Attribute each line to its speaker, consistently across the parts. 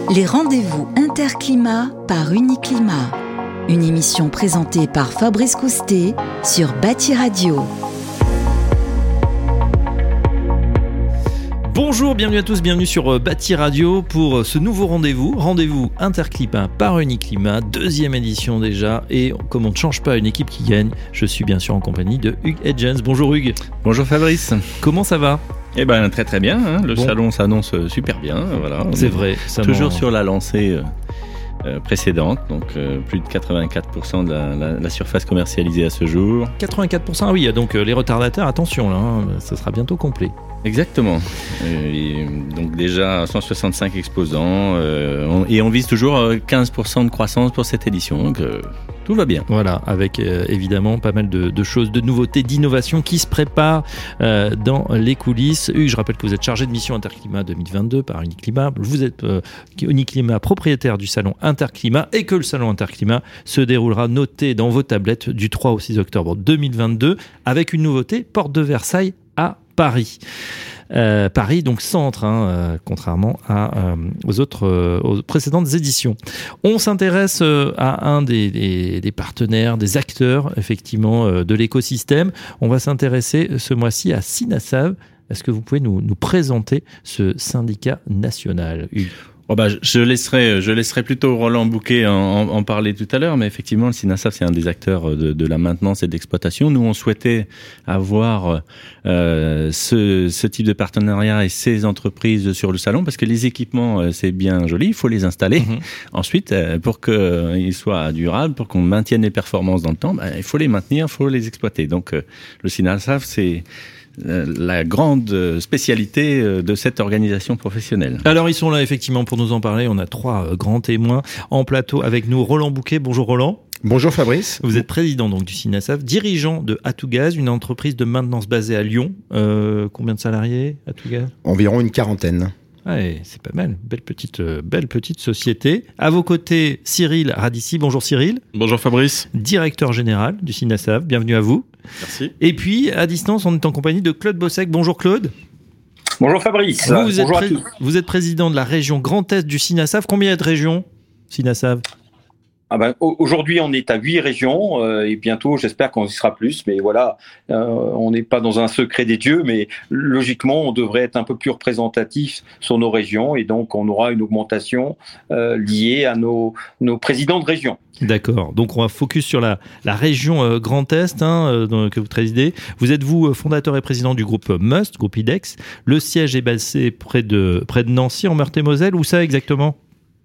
Speaker 1: Les rendez-vous interclimat par Uniclimat. Une émission présentée par Fabrice Coustet sur Bâti Radio.
Speaker 2: Bonjour, bienvenue à tous, bienvenue sur Bâti Radio pour ce nouveau rendez-vous interclimat par Uniclimat, deuxième édition déjà, et comme on ne change pas une équipe qui gagne, je suis bien sûr en compagnie de Hugues Hedgens. Bonjour Hugues.
Speaker 3: Bonjour Fabrice.
Speaker 2: Comment ça va ?
Speaker 3: Eh ben très très bien, hein. Le salon s'annonce super bien, voilà.
Speaker 2: C'est vrai.
Speaker 3: Toujours sur la lancée précédente, donc plus de 84% de la surface commercialisée à ce jour.
Speaker 2: 84%, oui, donc les retardataires, attention là, ça sera bientôt complet.
Speaker 3: Exactement. Et donc déjà 165 exposants et on vise toujours 15% de croissance pour cette édition. Donc tout va bien.
Speaker 2: Voilà, avec évidemment pas mal de choses, de nouveautés, d'innovations qui se préparent dans les coulisses. Hugues, je rappelle que vous êtes chargé de mission Interclimat 2022 par Uniclimat. Vous êtes Uniclimat propriétaire du salon Interclimat et que le salon Interclimat se déroulera, noté dans vos tablettes, du 3 au 6 octobre 2022 avec une nouveauté, porte de Versailles à Paris. Paris, donc centre, contrairement aux précédentes éditions. On s'intéresse à un des partenaires, des acteurs, effectivement, de l'écosystème. On va s'intéresser ce mois-ci à Sinasav. Est-ce que vous pouvez nous présenter ce syndicat national, Hugues ?
Speaker 3: Je laisserai plutôt Roland Bouquet en parler tout à l'heure, mais effectivement, le Sinasav, c'est un des acteurs de la maintenance et de l'exploitation. Nous, on souhaitait avoir ce type de partenariat et ces entreprises sur le salon, parce que les équipements, c'est bien joli, il faut les installer. Ensuite, pour qu'ils soient durables, pour qu'on maintienne les performances dans le temps, il faut les maintenir, il faut les exploiter. Donc, le Sinasav, c'est la grande spécialité de cette organisation professionnelle.
Speaker 2: Alors ils sont là effectivement pour nous en parler. On a trois grands témoins en plateau avec nous. Roland Bouquet, bonjour Roland.
Speaker 4: Bonjour Fabrice.
Speaker 2: Vous êtes président donc du Sinasav, dirigeant de Atugaz, une entreprise de maintenance basée à Lyon. Combien de salariés Atugaz ?
Speaker 4: Environ une quarantaine.
Speaker 2: Ouais, c'est pas mal, belle petite société. À vos côtés, Cyril Radici. Bonjour Cyril.
Speaker 5: Bonjour Fabrice.
Speaker 2: Directeur général du Sinasav, bienvenue à vous.
Speaker 5: Merci.
Speaker 2: Et puis, à distance, on est en compagnie de Claude Bossec. Bonjour Claude.
Speaker 6: Bonjour Fabrice.
Speaker 2: Bonjour à tous. Vous êtes président de la région Grand Est du Sinasav. Combien il y a de régions, Sinasav ?
Speaker 6: Aujourd'hui, on est à 8 régions et bientôt, j'espère qu'on y sera plus. Mais voilà, on n'est pas dans un secret des dieux, mais logiquement, on devrait être un peu plus représentatif sur nos régions et donc on aura une augmentation liée à nos présidents de région.
Speaker 2: D'accord. Donc on va focus sur la région Grand Est que vous présidez. Vous êtes fondateur et président du groupe Must, groupe IDEX. Le siège est basé près de Nancy, en Meurthe-et-Moselle. Où ça exactement ?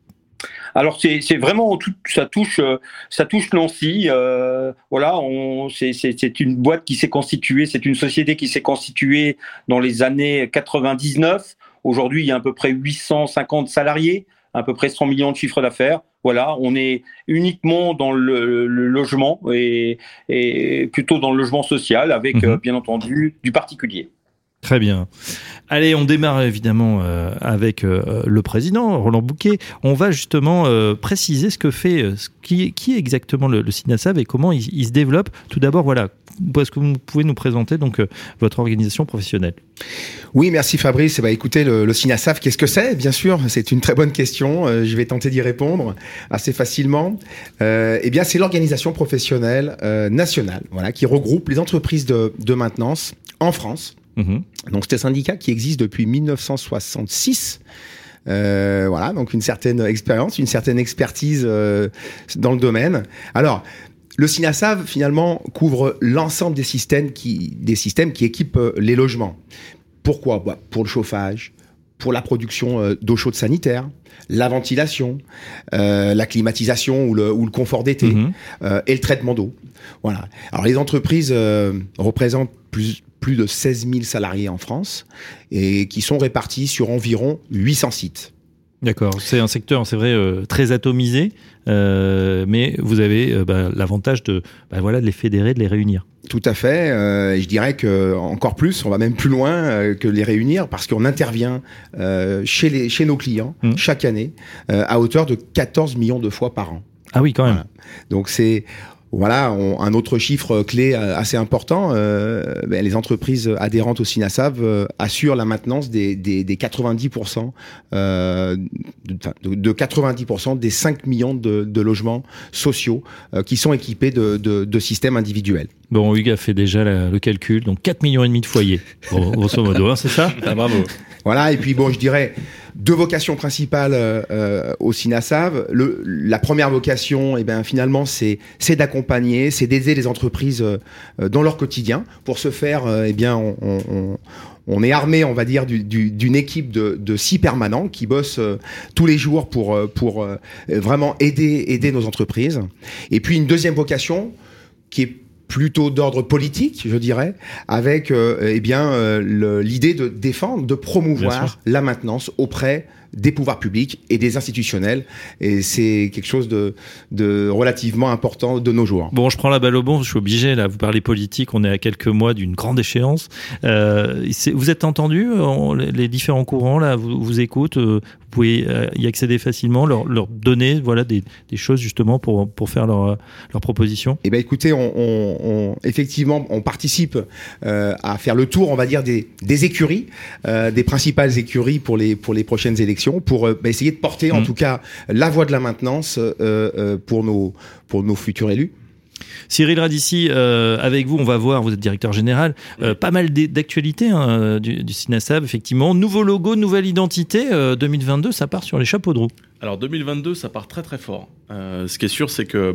Speaker 6: Alors c'est vraiment ça touche Nancy. Voilà, c'est une boîte qui s'est constituée, c'est une société qui s'est constituée dans les années 99. Aujourd'hui, il y a à peu près 850 salariés, à peu près 100 millions de chiffre d'affaires. Voilà, on est uniquement dans le logement et plutôt dans le logement social avec bien entendu du particulier.
Speaker 2: Très bien. Allez, on démarre évidemment avec le président, Roland Bouquet. On va justement préciser ce que fait, qui est exactement le Sinasav et comment il se développe. Tout d'abord, voilà, est-ce que vous pouvez nous présenter donc votre organisation professionnelle ?
Speaker 4: Oui, merci Fabrice. Écoutez, le Sinasav, qu'est-ce que c'est ? Bien sûr, c'est une très bonne question. Je vais tenter d'y répondre assez facilement. Bien, c'est l'organisation professionnelle nationale, voilà, qui regroupe les entreprises de maintenance en France. Donc c'est un syndicat qui existe depuis 1966. Voilà, donc une certaine expérience, une certaine expertise dans le domaine. Alors, le Sinasav finalement couvre l'ensemble des systèmes qui équipent les logements. Pourquoi ? Pour le chauffage, pour la production d'eau chaude sanitaire, la ventilation, la climatisation ou le confort d'été et le traitement d'eau. Voilà. Alors les entreprises représentent plus de 16 000 salariés en France et qui sont répartis sur environ 800 sites.
Speaker 2: D'accord, c'est un secteur, c'est vrai, très atomisé, mais vous avez l'avantage de les fédérer, de les réunir.
Speaker 4: Tout à fait. Je dirais que encore plus, on va même plus loin que les réunir parce qu'on intervient chez nos clients chaque année à hauteur de 14 millions de fois par an.
Speaker 2: Ah oui, quand même.
Speaker 4: Voilà. Donc c'est Voilà, un autre chiffre clé assez important, les entreprises adhérentes au SINASAV assurent la maintenance des 90%, de 90% des 5 millions de logements sociaux qui sont équipés de systèmes individuels.
Speaker 2: Bon, Hugues a fait déjà le calcul, donc 4,5 millions de foyers, grosso modo, hein, c'est ça ?
Speaker 3: Ah, bravo.
Speaker 4: Voilà, et puis bon, je dirais 2 vocations principales au SINASAV. La première vocation, finalement, c'est d'accompagner, c'est d'aider les entreprises dans leur quotidien. Pour ce faire, on est armé, on va dire, d'une équipe de 6 permanents qui bossent tous les jours pour vraiment aider nos entreprises. Et puis une deuxième vocation qui est plutôt d'ordre politique, je dirais, avec l'idée de défendre, de promouvoir la maintenance auprès des pouvoirs publics et des institutionnels. Et c'est quelque chose de relativement important de nos jours.
Speaker 2: Bon, je prends la balle au bon, je suis obligé, là, vous parlez politique, on est à quelques mois d'une grande échéance. Vous êtes entendu, les différents courants, là, vous écoutent, vous pouvez y accéder facilement, leur donner, voilà, des choses justement pour faire leur proposition.
Speaker 4: Eh ben, écoutez, effectivement, on participe à faire le tour, on va dire, des écuries, des principales écuries pour les prochaines élections, pour essayer de porter en tout cas la voie de la maintenance pour nos futurs élus.
Speaker 2: Cyril Radici, avec vous, on va voir, vous êtes directeur général, pas mal d'actualités du SINASAV, effectivement. Nouveau logo, nouvelle identité, 2022, ça part sur les chapeaux de roue.
Speaker 5: Alors 2022, ça part très très fort. Ce qui est sûr, c'est que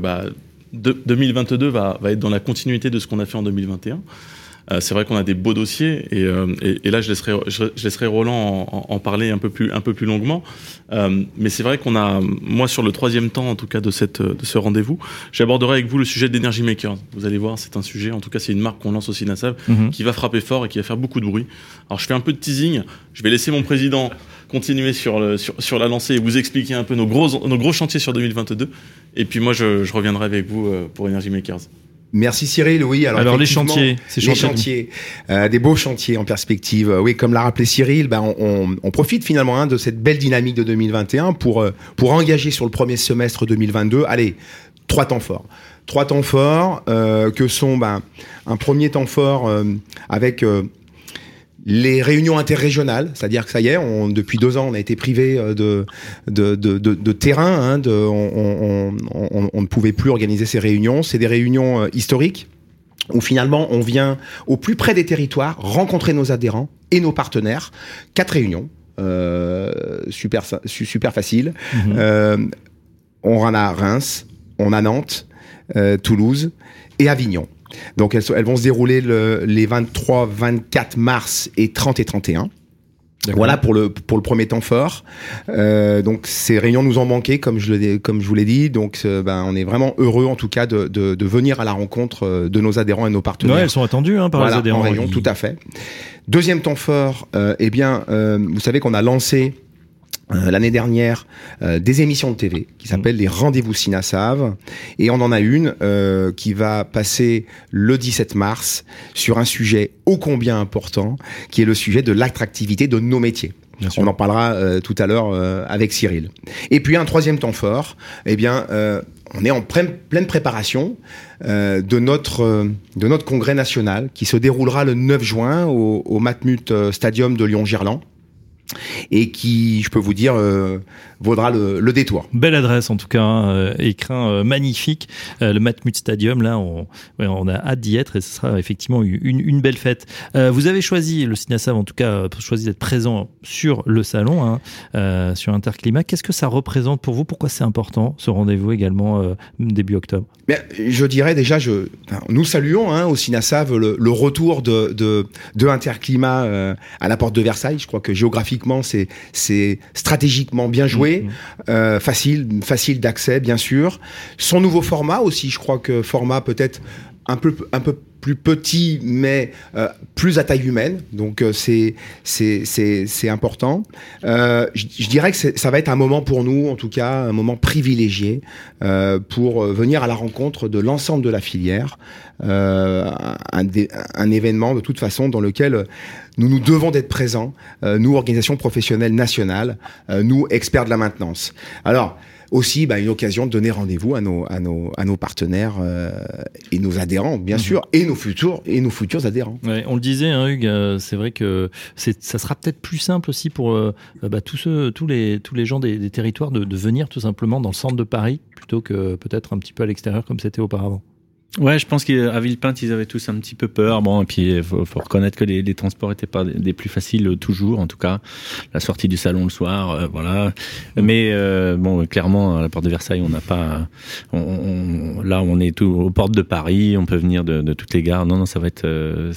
Speaker 5: 2022 va être dans la continuité de ce qu'on a fait en 2021. C'est vrai qu'on a des beaux dossiers et là je laisserai Roland en parler un peu plus longuement. Mais c'est vrai qu'on a, moi sur le 3e temps en tout cas de ce rendez-vous, j'aborderai avec vous le sujet d'Energy Makers. Vous allez voir, c'est un sujet, en tout cas c'est une marque qu'on lance au SINASAV qui va frapper fort et qui va faire beaucoup de bruit. Alors je fais un peu de teasing, je vais laisser mon président continuer sur la lancée et vous expliquer un peu nos gros chantiers sur 2022. Et puis moi je reviendrai avec vous pour Energy Makers.
Speaker 4: Merci Cyril. Oui,
Speaker 2: alors les chantiers,
Speaker 4: des beaux chantiers en perspective. Oui, comme l'a rappelé Cyril, on profite finalement de cette belle dynamique de 2021 pour engager sur le premier semestre 2022. Allez, 3 temps forts. 3 temps forts que sont un premier temps fort avec les réunions interrégionales, c'est-à-dire que ça y est, depuis 2 ans, on a été privé de terrain. On ne pouvait plus organiser ces réunions. C'est des réunions historiques où finalement on vient au plus près des territoires rencontrer nos adhérents et nos partenaires. 4 réunions, super facile. On en a Reims, on a Nantes, Toulouse et Avignon. Donc elles vont se dérouler les 23, 24 mars et 30 et 31. D'accord. Voilà pour le premier temps fort. Donc ces réunions nous ont manqué, comme je vous l'ai dit. Donc on est vraiment heureux en tout cas de venir à la rencontre de nos adhérents et nos partenaires.
Speaker 2: Ouais, elles sont attendues par les adhérents.
Speaker 4: En réunion, tout à fait. Deuxième temps fort, vous savez qu'on a lancé l'année dernière des émissions de TV qui s'appellent les Rendez-vous SINASAV, et on en a une qui va passer le 17 mars sur un sujet ô combien important qui est le sujet de l'attractivité de nos métiers. On en parlera tout à l'heure avec Cyril. Et puis un 3e temps fort, on est en pleine préparation de notre congrès national qui se déroulera le 9 juin au Matmut Stadium de Lyon-Gerland. Et qui, je peux vous dire, vaudra le détour.
Speaker 2: Belle adresse en tout cas, écrin magnifique, le Matmut Stadium, là on a hâte d'y être et ce sera effectivement une belle fête. Vous avez choisi, le SINASAV en tout cas, choisi d'être présent sur le salon, sur Interclimat. Qu'est-ce que ça représente pour vous? Pourquoi c'est important ce rendez-vous également début octobre?
Speaker 4: Bien, je dirais déjà, nous saluons au SINASAV le retour de Interclimat à la porte de Versailles. Je crois que géographiquement c'est stratégiquement bien joué, facile d'accès bien sûr. Son nouveau format aussi, je crois que format peut-être un peu plus petit mais plus à taille humaine, donc c'est important. Je dirais que ça va être un moment pour nous, en tout cas un moment privilégié pour venir à la rencontre de l'ensemble de la filière, un événement de toute façon dans lequel nous devons d'être présents, nous organisations professionnelles nationales, nous experts de la maintenance. Alors aussi une occasion de donner rendez-vous à nos partenaires et nos adhérents, bien sûr, et nos futurs adhérents.
Speaker 2: Ouais, on le disait, hein, Hugues, c'est vrai que ça sera peut-être plus simple aussi pour tous les gens des territoires de venir tout simplement dans le centre de Paris plutôt que peut-être un petit peu à l'extérieur comme c'était auparavant.
Speaker 3: Ouais, je pense qu'à Villepinte, ils avaient tous un petit peu peur. Bon, et puis faut reconnaître que les transports étaient pas des plus faciles toujours, en tout cas. La sortie du salon le soir, voilà. Mais bon, clairement, à la porte de Versailles, on n'a pas. Là, on est tout aux portes de Paris. On peut venir de toutes les gares. Non, ça va être.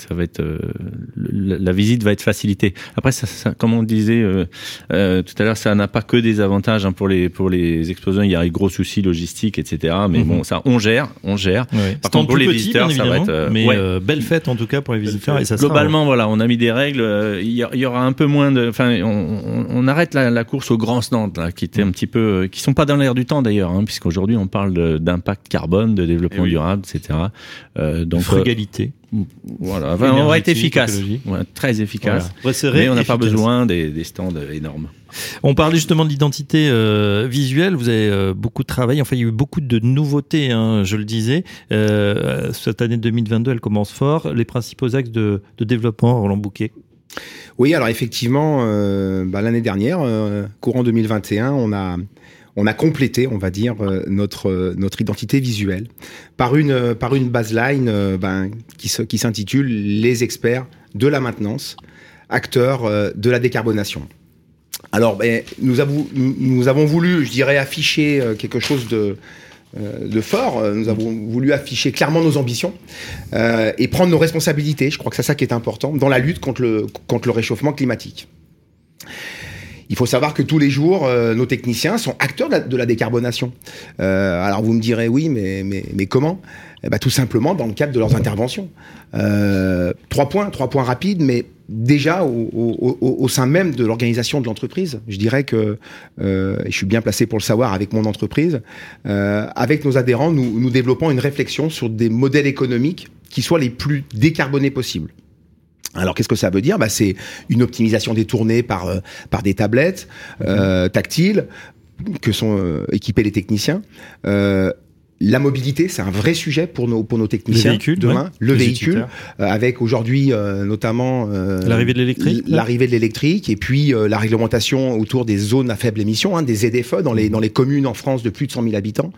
Speaker 3: La visite va être facilitée. Après, ça comme on disait tout à l'heure, ça n'a pas que des avantages pour les exposants. Il y a des gros soucis logistiques, etc. Mais bon, ça, on gère.
Speaker 2: Ouais.
Speaker 3: Par contre, pour les visiteurs, ça va être.
Speaker 2: Mais belle fête en tout cas pour les visiteurs. Et ça
Speaker 3: globalement, voilà, on a mis des règles. Il y aura un peu moins de. Enfin, on arrête la course aux grands stands là, qui étaient un petit peu, qui sont pas dans l'air du temps d'ailleurs, hein, puisqu'aujourd'hui on parle d'impact carbone, de développement durable, etc.
Speaker 2: Donc frugalité.
Speaker 3: Voilà, on va être efficace, très efficace.
Speaker 2: Voilà.
Speaker 3: Mais on n'a pas besoin des stands énormes.
Speaker 2: On parlait justement de l'identité visuelle. Vous avez beaucoup de travail. Enfin, il y a eu beaucoup de nouveautés, hein, je le disais. Cette année 2022, elle commence fort. Les principaux axes de développement, Roland Bouquet.
Speaker 4: Oui, alors effectivement, l'année dernière, courant 2021, on a complété, on va dire, notre identité visuelle par une baseline qui s'intitule Les experts de la maintenance, acteurs de la décarbonation. Alors, nous avons voulu, je dirais, afficher quelque chose de fort. Nous avons voulu afficher clairement nos ambitions et prendre nos responsabilités. Je crois que c'est ça qui est important dans la lutte contre le réchauffement climatique. Il faut savoir que tous les jours, nos techniciens sont acteurs de la décarbonation. Alors vous me direz, oui, mais comment ? Tout simplement dans le cadre de leurs interventions. 3 points rapides, mais déjà au sein même de l'organisation de l'entreprise. Je dirais que, et je suis bien placé pour le savoir avec mon entreprise, avec nos adhérents, nous développons une réflexion sur des modèles économiques qui soient les plus décarbonés possibles. Alors qu'est-ce que ça veut dire ? C'est une optimisation des tournées par des tablettes tactiles que sont équipés les techniciens. La mobilité, c'est un vrai sujet pour nos techniciens.
Speaker 2: Le véhicule,
Speaker 4: demain. Le véhicule, avec aujourd'hui notamment
Speaker 2: l'arrivée de
Speaker 4: l'électrique, et puis la réglementation autour des zones à faible émission, des ZFE dans les communes en France de plus de 100 000 habitants.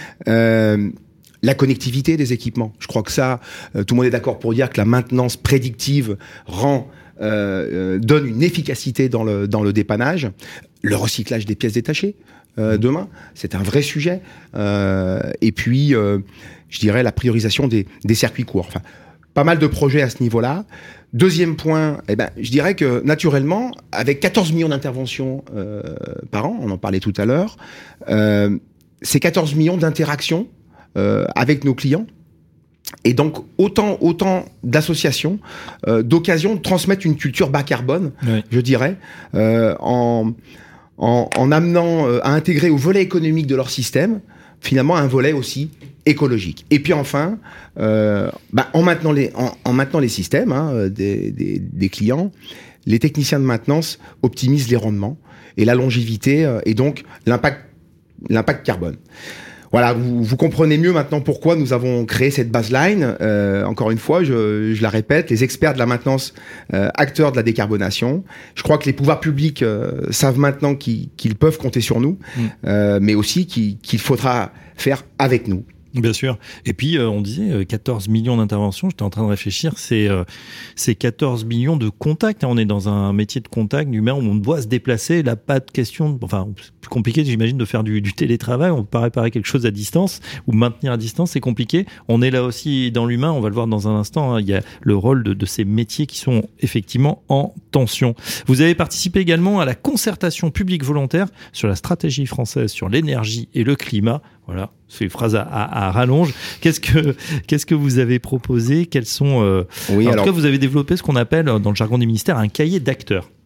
Speaker 4: La connectivité des équipements. Je crois que ça, tout le monde est d'accord pour dire que la maintenance prédictive donne une efficacité dans le dépannage. Le recyclage des pièces détachées. Demain, c'est un vrai sujet. Et puis, je dirais la priorisation des circuits courts. Enfin, pas mal de projets à ce niveau-là. Deuxième point, je dirais que naturellement, avec 14 millions d'interventions par an, on en parlait tout à l'heure, c'est 14 millions d'interactions avec nos clients. Et donc autant d'associations, d'occasions de transmettre une culture bas carbone, je dirais, en amenant à intégrer au volet économique de leur système, finalement un volet aussi écologique. Et puis enfin, en maintenant les systèmes des clients, les techniciens de maintenance optimisent les rendements et la longévité et donc l'impact carbone. Voilà, vous comprenez mieux maintenant pourquoi nous avons créé cette baseline. Encore une fois, je la répète, les experts de la maintenance, acteurs de la décarbonation. Je crois que les pouvoirs publics savent maintenant qu'ils peuvent compter sur nous, mais aussi qu'il faudra faire avec nous.
Speaker 2: Bien sûr. Et puis, on disait 14 millions d'interventions. J'étais en train de réfléchir. C'est 14 millions de contacts. On est dans un métier de contact humain où on doit se déplacer. Là, pas de question. Enfin, c'est plus compliqué, j'imagine, de faire du télétravail. On peut pas réparer quelque chose à distance ou maintenir à distance. C'est compliqué. On est là aussi dans l'humain. On va le voir dans un instant. Il y a le rôle de ces métiers qui sont effectivement en tension. Vous avez participé également à la concertation publique volontaire sur la stratégie française sur l'énergie et le climat. Voilà, c'est une phrase à rallonge. Qu'est-ce que vous avez proposé ? Quels sont En tout cas, vous avez développé ce qu'on appelle dans le jargon du ministère un cahier d'acteurs.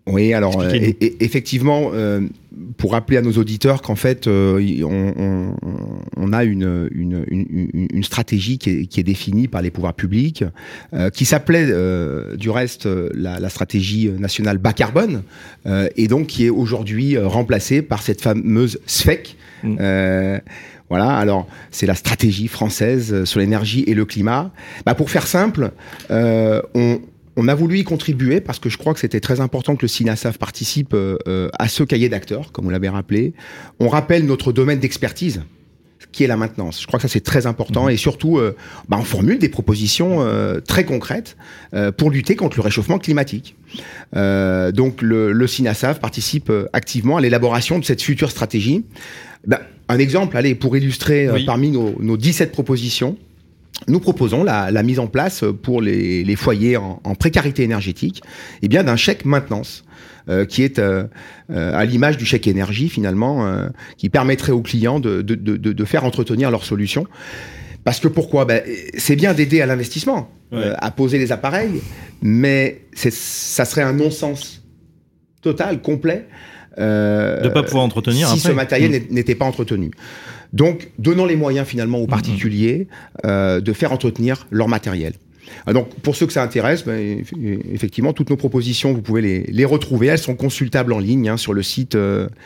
Speaker 4: Oui, alors effectivement, pour rappeler à nos auditeurs qu'en fait, on a une stratégie qui est définie par les pouvoirs publics, qui s'appelait du reste la stratégie nationale bas carbone, et donc qui est aujourd'hui remplacée par cette fameuse SFEC. Voilà, alors c'est la stratégie française sur l'énergie et le climat. Pour faire simple, on a voulu y contribuer parce que je crois que c'était très important que le CINASAF participe à ce cahier d'acteurs, comme vous l'avez rappelé. On rappelle notre domaine d'expertise, qui est la maintenance. Je crois que ça, c'est très important. Et surtout, on formule des propositions très concrètes pour lutter contre le réchauffement climatique. Donc, le CINASAF participe activement à l'élaboration de cette future stratégie. Un exemple, allez, pour illustrer parmi nos 17 propositions, nous proposons la mise en place pour les foyers en précarité énergétique, d'un chèque maintenance qui est à l'image du chèque énergie finalement, qui permettrait aux clients de faire entretenir leurs solutions. Parce que pourquoi ? C'est bien d'aider à l'investissement, à poser les appareils, mais ça serait un non-sens total, complet,
Speaker 2: de pas pouvoir entretenir
Speaker 4: si ce matériel n'était pas entretenu. Donc, donnons les moyens finalement aux particuliers de faire entretenir leur matériel. Donc, pour ceux que ça intéresse, effectivement, toutes nos propositions, vous pouvez les retrouver. Elles sont consultables en ligne sur le site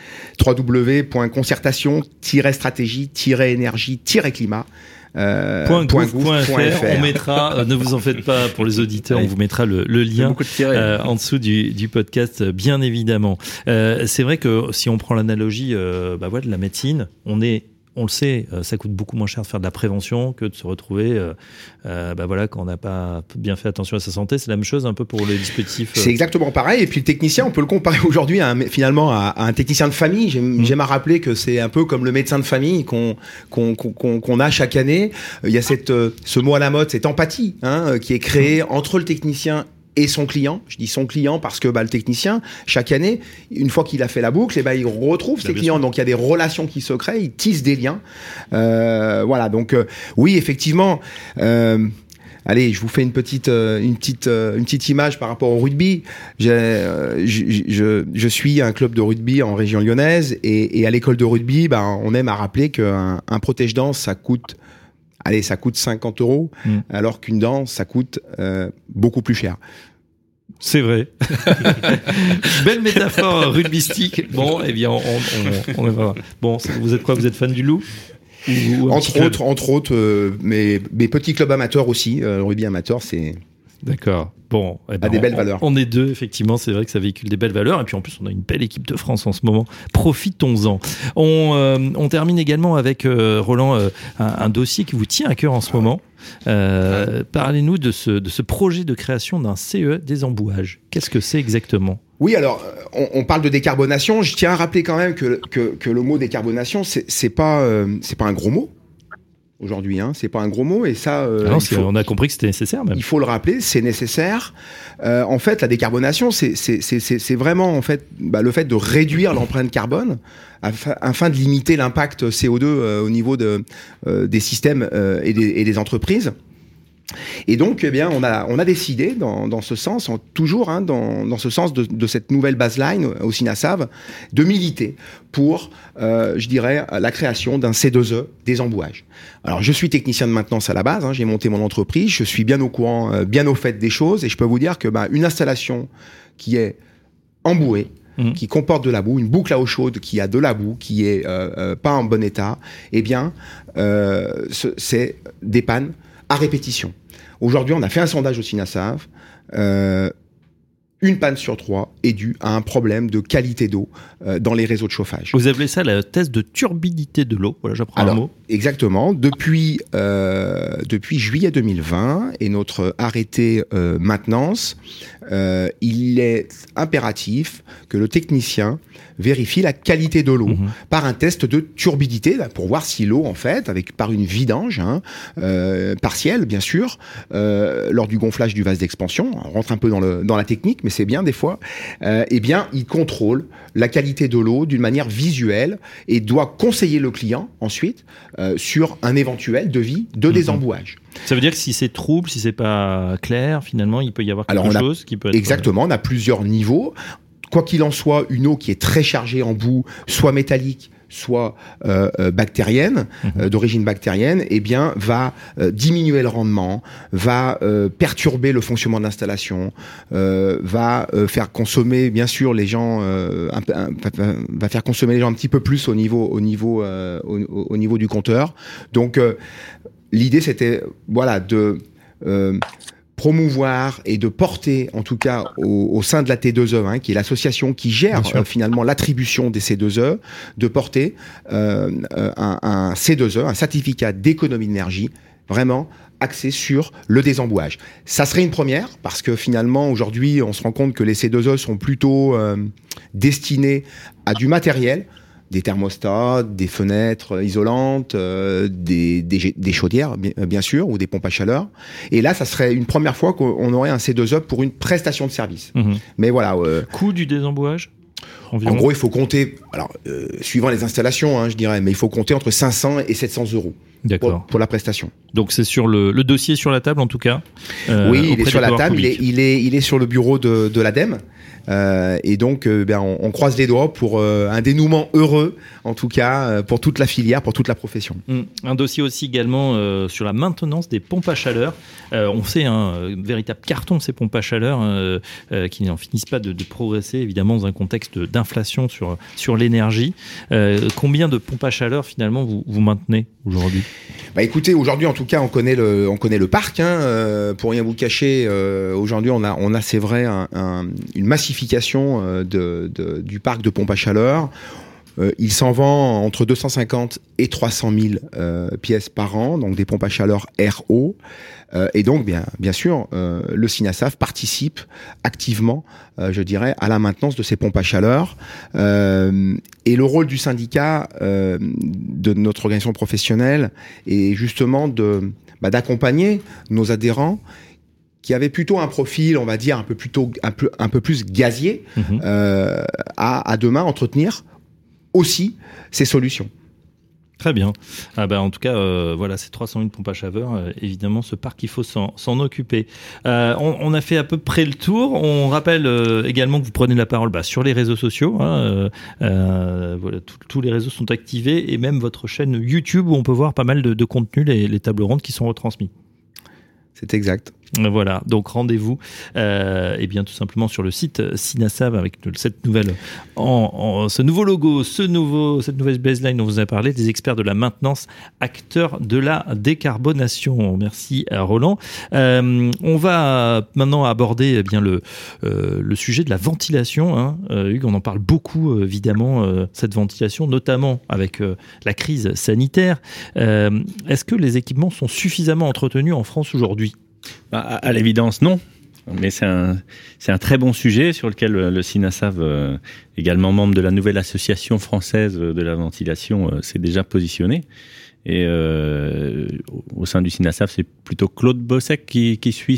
Speaker 4: www.concertation-stratégie-énergie-climat.
Speaker 2: .gouv.fr. On mettra, ne vous en faites pas pour les auditeurs, on vous mettra le lien en dessous du podcast, bien évidemment. C'est vrai que si on prend l'analogie de la médecine, on le sait, ça coûte beaucoup moins cher de faire de la prévention que de se retrouver quand on n'a pas bien fait attention à sa santé. C'est la même chose un peu pour les dispositifs. C'est
Speaker 4: exactement pareil. Et puis le technicien, on peut le comparer aujourd'hui finalement à un technicien de famille. J'aime à rappeler que c'est un peu comme le médecin de famille qu'on a chaque année. Il y a ce mot à la mode, cette empathie qui est créée entre le technicien et son client. Je dis son client parce que le technicien, chaque année, une fois qu'il a fait la boucle, il retrouve ses clients. Donc il y a des relations qui se créent, il tisse des liens. Donc oui, effectivement. Allez, je vous fais une petite image par rapport au rugby. Je suis un club de rugby en région lyonnaise et à l'école de rugby, on aime à rappeler qu'un protège-dents, ça coûte 50 €, alors qu'une dent, ça coûte beaucoup plus cher.
Speaker 2: C'est vrai. Belle métaphore rugbystique. Bon, on va voir. Bon, vous êtes quoi ? Vous êtes fan du Loup ?
Speaker 4: Entre autres, mes petits clubs amateurs aussi. Le rugby amateur, c'est...
Speaker 2: D'accord. Bon,
Speaker 4: des belles valeurs.
Speaker 2: On est deux, effectivement. C'est vrai que ça véhicule des belles valeurs. Et puis en plus, on a une belle équipe de France en ce moment. Profitons-en. On termine également avec Roland un dossier qui vous tient à cœur en ce moment. Parlez-nous de ce projet de création d'un CE des embouages. Qu'est-ce que c'est exactement ?
Speaker 4: Oui, alors on parle de décarbonation. Je tiens à rappeler quand même que le mot décarbonation, c'est pas un gros mot. Aujourd'hui, c'est pas un gros mot et ça.
Speaker 2: On a compris que c'était nécessaire même.
Speaker 4: Il faut le rappeler, c'est nécessaire. En fait, la décarbonation, c'est vraiment en fait le fait de réduire l'empreinte carbone afin de limiter l'impact CO2 au niveau des systèmes et des entreprises. Et donc, on a décidé dans ce sens, dans ce sens de cette nouvelle baseline au CINASAV, de militer pour, la création d'un C2E des embouages. Alors, je suis technicien de maintenance à la base, j'ai monté mon entreprise, je suis bien au courant, bien au fait des choses, et je peux vous dire que une installation qui est embouée, qui comporte de la boue, une boucle à eau chaude qui a de la boue, qui est pas en bon état, c'est des pannes à répétition. Aujourd'hui, on a fait un sondage au CINASAV. Une panne sur 3 est due à un problème de qualité d'eau dans les réseaux de chauffage.
Speaker 2: Vous appelez ça la test de turbidité de l'eau. Voilà, j'apprends un mot.
Speaker 4: Exactement. Depuis juillet 2020 et notre arrêté maintenance, il est impératif que le technicien vérifie la qualité de l'eau par un test de turbidité pour voir si l'eau, en fait, par une vidange partielle, bien sûr, lors du gonflage du vase d'expansion, on rentre un peu dans la technique, mais c'est bien des fois, il contrôle la qualité de l'eau d'une manière visuelle et doit conseiller le client ensuite sur un éventuel devis de désembouage.
Speaker 2: Ça veut dire que si c'est trouble, si c'est pas clair, finalement, il peut y avoir quelque chose qui peut être...
Speaker 4: Exactement, on a plusieurs niveaux. quoi qu'il en soit, une eau qui est très chargée en boue, soit métallique, soit bactérienne, d'origine bactérienne, eh bien, va diminuer le rendement, va perturber le fonctionnement de l'installation, va faire consommer, bien sûr, les gens, va faire consommer les gens un petit peu plus au niveau du compteur. Donc, l'idée, c'était, voilà, de promouvoir et de porter, en tout cas au sein de la T2E, qui est l'association qui gère finalement l'attribution des C2E, de porter un C2E, un certificat d'économie d'énergie, vraiment axé sur le désembouage. Ça serait une première, parce que finalement, aujourd'hui, on se rend compte que les C2E sont plutôt destinés à du matériel, des thermostats, des fenêtres isolantes, des chaudières, bien sûr, ou des pompes à chaleur. Et là, ça serait une première fois qu'on aurait un C2E pour une prestation de service. Mais voilà.
Speaker 2: Coût du désembouage environ.
Speaker 4: En gros, il faut compter, alors, suivant les installations, je dirais, mais il faut compter entre 500 et 700 euros.
Speaker 2: D'accord.
Speaker 4: Pour la prestation.
Speaker 2: Donc c'est sur le dossier sur la table en tout cas.
Speaker 4: Oui, il est sur la table, il est sur le bureau de l'ADEME. Et donc, on croise les doigts pour un dénouement heureux, en tout cas, pour toute la filière, pour toute la profession.
Speaker 2: Un dossier aussi également sur la maintenance des pompes à chaleur. On sait un véritable carton ces pompes à chaleur qui n'en finissent pas de progresser, évidemment, dans un contexte d'inflation sur l'énergie. Combien de pompes à chaleur finalement vous maintenez aujourd'hui ?
Speaker 4: Écoutez, aujourd'hui en tout cas on connaît le parc. Pour rien vous cacher, aujourd'hui on a c'est vrai une massification du parc de pompes à chaleur. Il s'en vend entre 250 et 300 000 pièces par an, donc des pompes à chaleur RO. Et donc, bien sûr, le CINASAF participe activement, je dirais, à la maintenance de ces pompes à chaleur. Et le rôle du syndicat, de notre organisation professionnelle, est justement d'accompagner nos adhérents qui avaient plutôt un profil, on va dire, un peu plus gazier, à demain entretenir aussi ces solutions.
Speaker 2: Très bien. En tout cas, voilà, ces 300 000 pompes à chaleur, évidemment, ce parc, il faut s'en occuper. On a fait à peu près le tour. On rappelle également que vous prenez la parole sur les réseaux sociaux. Voilà, tous les réseaux sont activés et même votre chaîne YouTube où on peut voir pas mal de contenu, les tables rondes qui sont retransmis.
Speaker 4: C'est exact.
Speaker 2: Voilà, donc rendez-vous tout simplement sur le site CINASAV avec cette nouvelle, ce nouveau logo, cette nouvelle baseline dont vous avez parlé, des experts de la maintenance, acteurs de la décarbonation. Merci Roland. On va maintenant aborder le sujet de la ventilation. Hugues, on en parle beaucoup évidemment, cette ventilation, notamment avec la crise sanitaire. Est-ce que les équipements sont suffisamment entretenus en France aujourd'hui ?
Speaker 3: À l'évidence, non. Mais c'est un très bon sujet sur lequel le CINASAV, également membre de la nouvelle association française de la ventilation, s'est déjà positionné. Et au sein du CINASAV, c'est plutôt Claude Bossec qui suit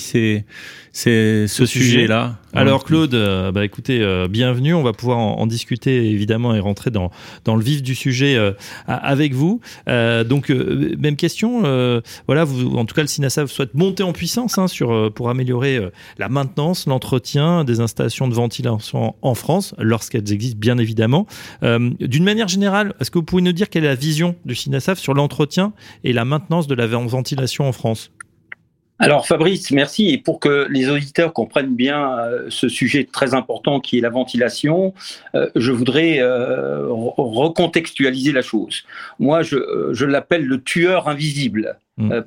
Speaker 3: ce sujet-là.
Speaker 2: Alors Claude, écoutez, bienvenue. On va pouvoir en discuter évidemment et rentrer dans le vif du sujet avec vous. Même question. Voilà, vous, en tout cas, le CINASAV souhaite monter en puissance pour améliorer la maintenance, l'entretien des installations de ventilation en France, lorsqu'elles existent bien évidemment. D'une manière générale, est-ce que vous pouvez nous dire quelle est la vision du CINASAV sur l'entretien et la maintenance de la ventilation en France ?
Speaker 6: Alors Fabrice, merci. Et pour que les auditeurs comprennent bien ce sujet très important qui est la ventilation, je voudrais recontextualiser la chose. Moi, je l'appelle le tueur invisible. Pourquoi ?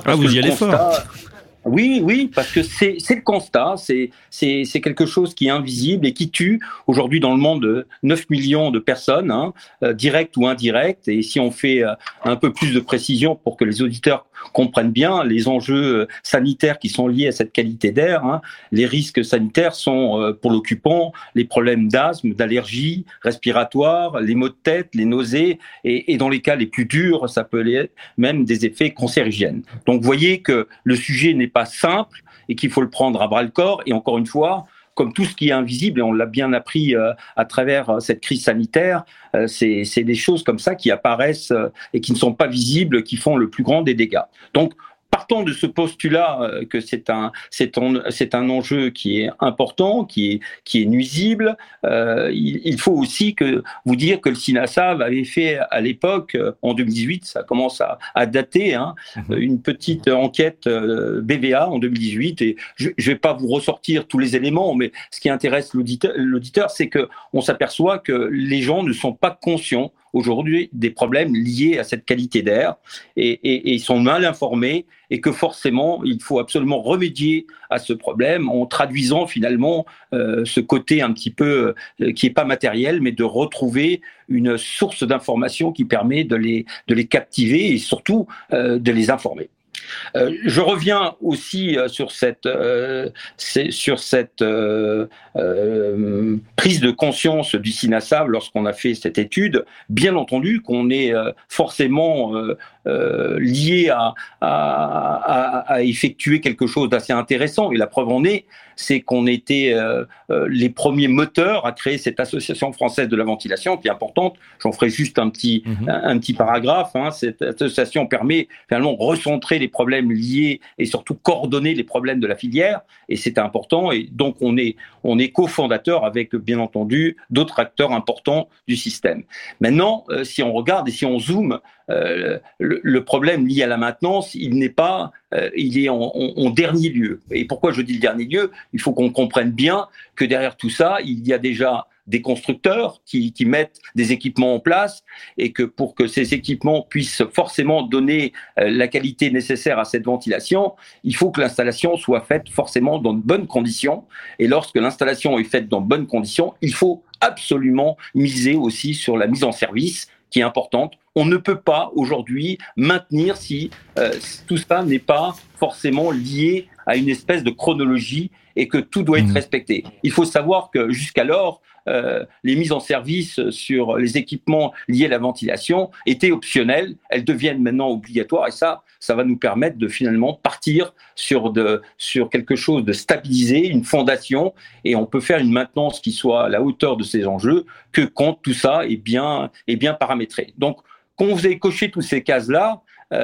Speaker 6: Parce
Speaker 2: vous
Speaker 6: que
Speaker 2: y allez fort.
Speaker 6: Oui, parce que c'est le constat, c'est quelque chose qui est invisible et qui tue aujourd'hui dans le monde 9 millions de personnes, directes ou indirectes. Et si on fait un peu plus de précision pour que les auditeurs comprennent bien les enjeux sanitaires qui sont liés à cette qualité d'air, les risques sanitaires sont pour l'occupant les problèmes d'asthme, d'allergie respiratoire, les maux de tête, les nausées et dans les cas les plus durs, ça peut être même des effets cancérigènes. Donc vous voyez que le sujet n'est pas simple et qu'il faut le prendre à bras-le-corps. Et encore une fois, comme tout ce qui est invisible, et on l'a bien appris à travers cette crise sanitaire, c'est des choses comme ça qui apparaissent et qui ne sont pas visibles, qui font le plus grand des dégâts. Donc, partant de ce postulat que c'est un enjeu qui est important, qui est nuisible, il faut aussi vous dire que le SINASAV avait fait à l'époque, en 2018, ça commence à dater, une petite enquête BVA en 2018, et je vais pas vous ressortir tous les éléments, mais ce qui intéresse l'auditeur, c'est que on s'aperçoit que les gens ne sont pas conscients aujourd'hui des problèmes liés à cette qualité d'air et ils sont mal informés, et que forcément il faut absolument remédier à ce problème en traduisant finalement ce côté un petit peu qui est pas matériel, mais de retrouver une source d'information qui permet de les captiver et surtout de les informer. Je reviens aussi sur cette prise de conscience du SINASAV lorsqu'on a fait cette étude. Bien entendu qu'on est forcément lié à effectuer quelque chose d'assez intéressant, et la preuve en est, c'est qu'on était les premiers moteurs à créer cette association française de la ventilation qui est importante. J'en ferai juste un petit paragraphe. Cette association permet finalement de recentrer les problèmes liés et surtout coordonner les problèmes de la filière, et c'est important. Et donc on est cofondateur avec bien entendu d'autres acteurs importants du système. Maintenant, si on regarde et si on zoome, le problème lié à la maintenance, il est en dernier lieu. Et pourquoi je dis le dernier lieu ? Il faut qu'on comprenne bien que derrière tout ça, il y a déjà des constructeurs qui mettent des équipements en place, et que pour que ces équipements puissent forcément donner la qualité nécessaire à cette ventilation, il faut que l'installation soit faite forcément dans de bonnes conditions. Et lorsque l'installation est faite dans de bonnes conditions, il faut absolument miser aussi sur la mise en service, qui est importante. On ne peut pas aujourd'hui maintenir si tout ça n'est pas forcément lié à une espèce de chronologie et que tout doit être respecté. Il faut savoir que jusqu'alors, les mises en service sur les équipements liés à la ventilation étaient optionnelles. Elles deviennent maintenant obligatoires, et ça va nous permettre de finalement partir sur quelque chose de stabilisé, une fondation, et on peut faire une maintenance qui soit à la hauteur de ces enjeux que quand tout ça est bien paramétré. Donc, quand vous avez coché toutes ces cases-là,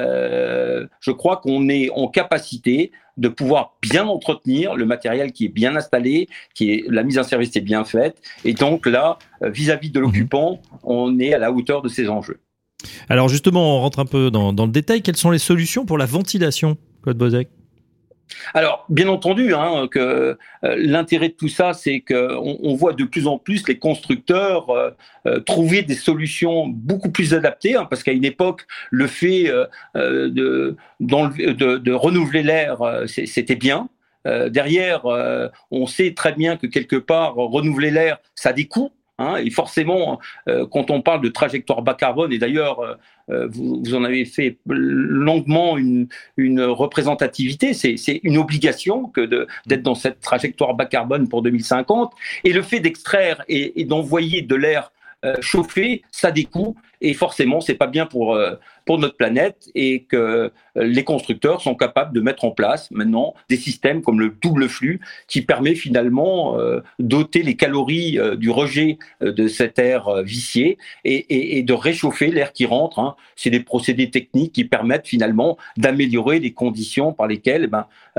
Speaker 6: je crois qu'on est en capacité de pouvoir bien entretenir le matériel qui est bien installé, la mise en service est bien faite, et donc là, vis-à-vis de l'occupant, on est à la hauteur de ces enjeux.
Speaker 2: Alors justement, on rentre un peu dans le détail. Quelles sont les solutions pour la ventilation, Claude Bozek ?
Speaker 6: Alors, bien entendu, que l'intérêt de tout ça, c'est qu'on voit de plus en plus les constructeurs trouver des solutions beaucoup plus adaptées, parce qu'à une époque, le fait de renouveler l'air, c'était bien. Derrière, on sait très bien que quelque part, renouveler l'air, ça a des coûts. Et forcément, quand on parle de trajectoire bas carbone, et d'ailleurs, vous en avez fait longuement une représentativité, c'est une obligation d'être dans cette trajectoire bas carbone pour 2050. Et le fait d'extraire et d'envoyer de l'air chauffé, ça a des coûts, et forcément, c'est pas bien pour notre planète, et que les constructeurs sont capables de mettre en place maintenant des systèmes comme le double flux qui permet finalement d'ôter les calories du rejet de cet air vicié et de réchauffer l'air qui rentre. C'est des procédés techniques qui permettent finalement d'améliorer les conditions par lesquelles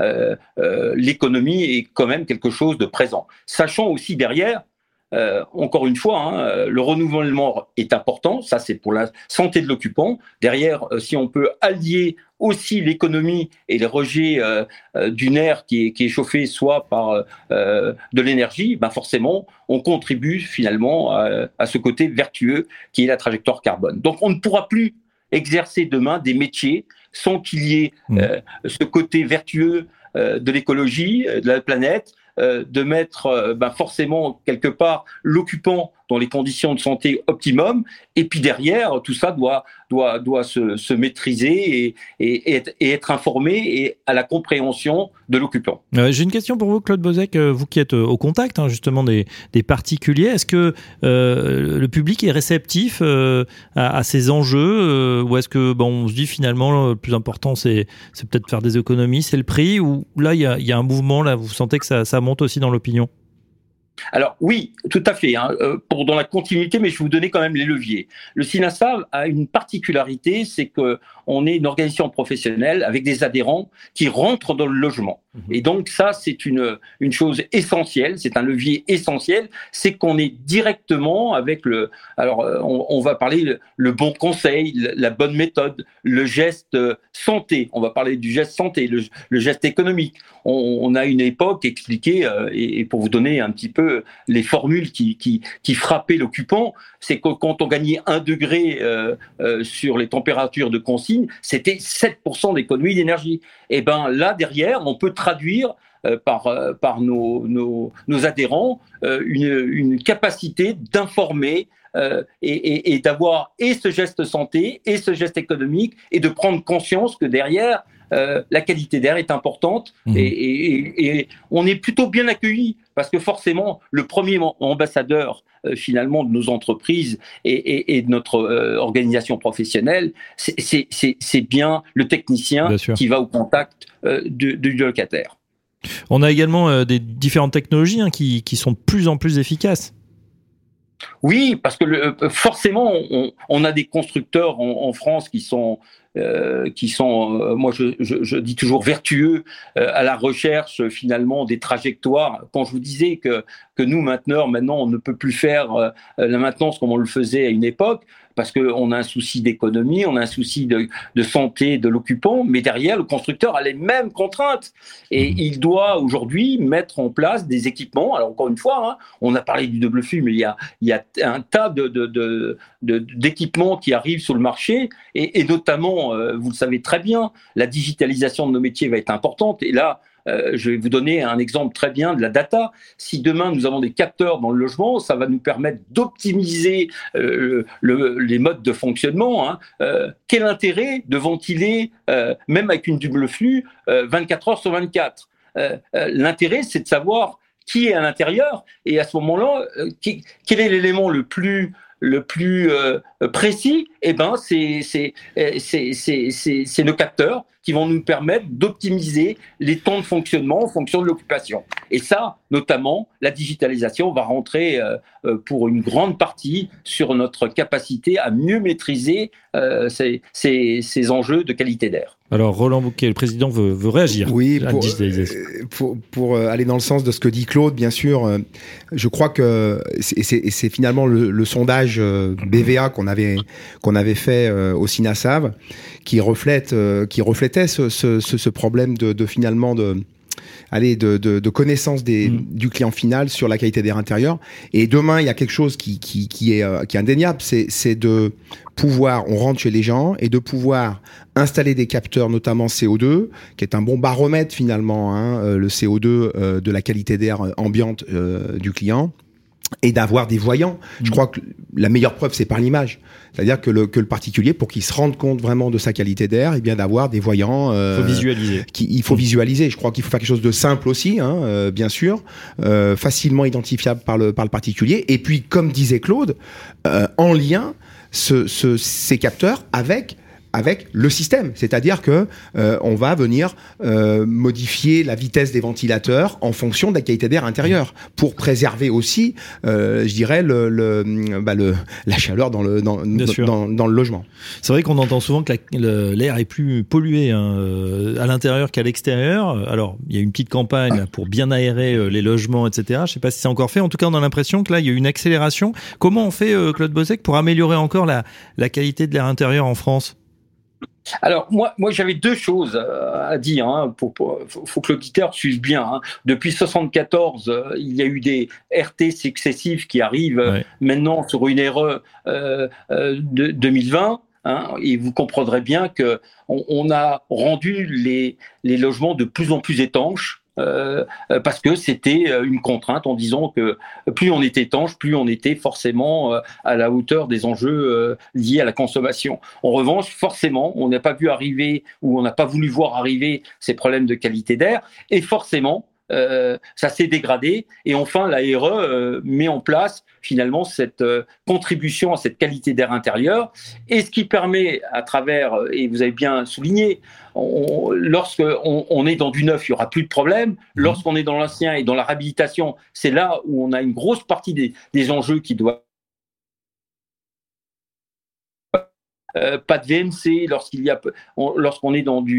Speaker 6: l'économie est quand même quelque chose de présent. Sachant aussi derrière, encore une fois, le renouvellement est important, ça c'est pour la santé de l'occupant. Derrière, si on peut allier aussi l'économie et les rejets d'une air qui est chauffé soit par de l'énergie, forcément on contribue finalement à ce côté vertueux qui est la trajectoire carbone. Donc on ne pourra plus exercer demain des métiers sans qu'il y ait ce côté vertueux de l'écologie, de la planète, de mettre forcément quelque part l'occupant dans les conditions de santé optimum, et puis derrière tout ça doit se maîtriser et être informé et à la compréhension de l'occupant.
Speaker 2: J'ai une question pour vous, Claude Bozek, vous qui êtes au contact justement des particuliers. Est-ce que le public est réceptif à ces enjeux, ou est-ce que on se dit finalement le plus important c'est peut-être faire des économies, c'est le prix, ou là il y a un mouvement, là vous sentez que ça monte aussi dans l'opinion?
Speaker 6: Alors oui, tout à fait, pour dans la continuité, mais je vais vous donner quand même les leviers. Le SINASAV a une particularité, c'est que on est une organisation professionnelle avec des adhérents qui rentrent dans le logement. Et donc ça, c'est une chose essentielle, c'est un levier essentiel, c'est qu'on est directement avec on va parler le bon conseil, la bonne méthode, le geste santé, on va parler du geste santé, le geste économique. On a une époque expliquée, et pour vous donner un petit peu les formules qui frappaient l'occupant, c'est que quand on gagnait 1 degré sur les températures de consigne, c'était 7% d'économie d'énergie. Et ben là, derrière, on peut traduire par nos adhérents une capacité d'informer et d'avoir et ce geste santé et ce geste économique et de prendre conscience que derrière, la qualité d'air est importante et on est plutôt bien accueillis parce que forcément, le premier ambassadeur finalement de nos entreprises et de notre organisation professionnelle, c'est bien le technicien qui va au contact du locataire.
Speaker 2: On a également des différentes technologies qui sont de plus en plus efficaces.
Speaker 6: Oui, parce que forcément, on a des constructeurs en France qui sont moi je dis toujours vertueux à la recherche finalement des trajectoires. Quand je vous disais que nous maintenant on ne peut plus faire la maintenance comme on le faisait à une époque, parce qu'on a un souci d'économie, on a un souci de santé de l'occupant, mais derrière, le constructeur a les mêmes contraintes. Et il doit aujourd'hui mettre en place des équipements. Alors encore une fois, on a parlé du double flux, mais il y a un tas d'équipements qui arrivent sur le marché, et notamment, vous le savez très bien, la digitalisation de nos métiers va être importante. Et là, je vais vous donner un exemple très bien de la data. Si demain nous avons des capteurs dans le logement, ça va nous permettre d'optimiser les modes de fonctionnement. Quel intérêt de ventiler, même avec une double flux, 24 heures sur 24 ? L'intérêt, c'est de savoir qui est à l'intérieur et à ce moment-là, quel est l'élément le plus précis. Eh ben, c'est nos capteurs qui vont nous permettre d'optimiser les temps de fonctionnement en fonction de l'occupation. Et ça, notamment, la digitalisation va rentrer pour une grande partie sur notre capacité à mieux maîtriser ces enjeux de qualité d'air.
Speaker 2: Alors, Roland Bouquet, le président veut réagir
Speaker 4: oui,
Speaker 2: à la digitalisation.
Speaker 4: Pour aller dans le sens de ce que dit Claude, bien sûr, je crois que c'est finalement le sondage BVA qu'on avait fait au SINASAV qui reflétait ce problème de finalement de connaissance du client final sur la qualité d'air intérieur. Et demain, il y a quelque chose qui est indéniable, c'est de pouvoir, on rentre chez les gens et de pouvoir installer des capteurs, notamment CO2, qui est un bon baromètre finalement, le CO2 de la qualité d'air ambiante du client, et d'avoir des voyants. Je crois que la meilleure preuve, c'est par l'image. C'est-à-dire que le particulier, pour qu'il se rende compte vraiment de sa qualité d'air, et bien d'avoir des voyants.
Speaker 2: Il faut visualiser.
Speaker 4: Il faut visualiser. Je crois qu'il faut faire quelque chose de simple aussi, bien sûr, facilement identifiable par le particulier. Et puis, comme disait Claude, en lien ces capteurs avec le système, c'est-à-dire que on va venir modifier la vitesse des ventilateurs en fonction de la qualité d'air intérieur pour préserver aussi, je dirais, la chaleur dans le logement.
Speaker 2: C'est vrai qu'on entend souvent que l'air est plus pollué à l'intérieur qu'à l'extérieur. Alors, il y a une petite campagne pour bien aérer les logements, etc. Je ne sais pas si c'est encore fait. En tout cas, on a l'impression que là, il y a une accélération. Comment on fait, Claude Bossec, pour améliorer encore la qualité de l'air intérieur en France ?
Speaker 6: Alors moi j'avais deux choses à dire. Faut que l'auditeur suive bien. Depuis 74, il y a eu des RT successifs qui arrivent maintenant sur une RE de 2020. Et vous comprendrez bien que on a rendu les logements de plus en plus étanches. Parce que c'était une contrainte en disant que plus on était étanche, plus on était forcément à la hauteur des enjeux liés à la consommation. En revanche, forcément, on n'a pas vu arriver ou on n'a pas voulu voir arriver ces problèmes de qualité d'air et forcément, ça s'est dégradé. Et enfin, la RE met en place finalement cette contribution à cette qualité d'air intérieur, et ce qui permet à travers, et vous avez bien souligné, lorsqu'on est dans du neuf, il n'y aura plus de problème. Lorsqu'on est dans l'ancien et dans la réhabilitation, c'est là où on a une grosse partie des enjeux qui doivent pas de VMC, lorsqu'on est dans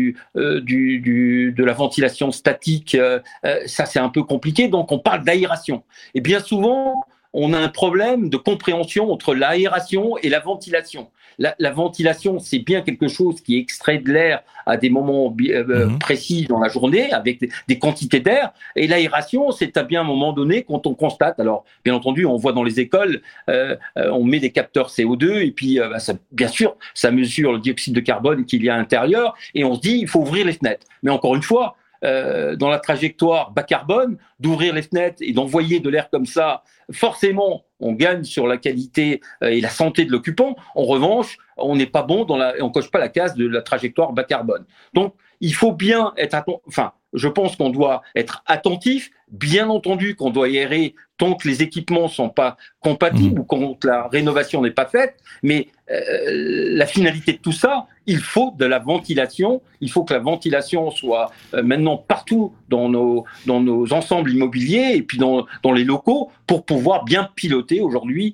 Speaker 6: de la ventilation statique, ça c'est un peu compliqué, donc on parle d'aération. Et bien souvent, on a un problème de compréhension entre l'aération et la ventilation. La ventilation, c'est bien quelque chose qui extrait de l'air à des moments précis dans la journée, avec des quantités d'air. Et l'aération, c'est à bien un moment donné, quand on constate, alors bien entendu, on voit dans les écoles, on met des capteurs CO2, et puis bien sûr, ça mesure le dioxyde de carbone qu'il y a à l'intérieur, et on se dit, il faut ouvrir les fenêtres. Mais encore une fois, dans la trajectoire bas carbone, d'ouvrir les fenêtres et d'envoyer de l'air comme ça, forcément, on gagne sur la qualité et la santé de l'occupant. En revanche, on n'est pas bon on coche pas la case de la trajectoire bas carbone. Donc, il faut bien être je pense qu'on doit être attentif, bien entendu qu'on doit aérer tant que les équipements sont pas compatibles ou quand la rénovation n'est pas faite, mais la finalité de tout ça, il faut de la ventilation, il faut que la ventilation soit maintenant partout dans nos ensembles immobiliers et puis dans les locaux pour pouvoir bien piloter aujourd'hui.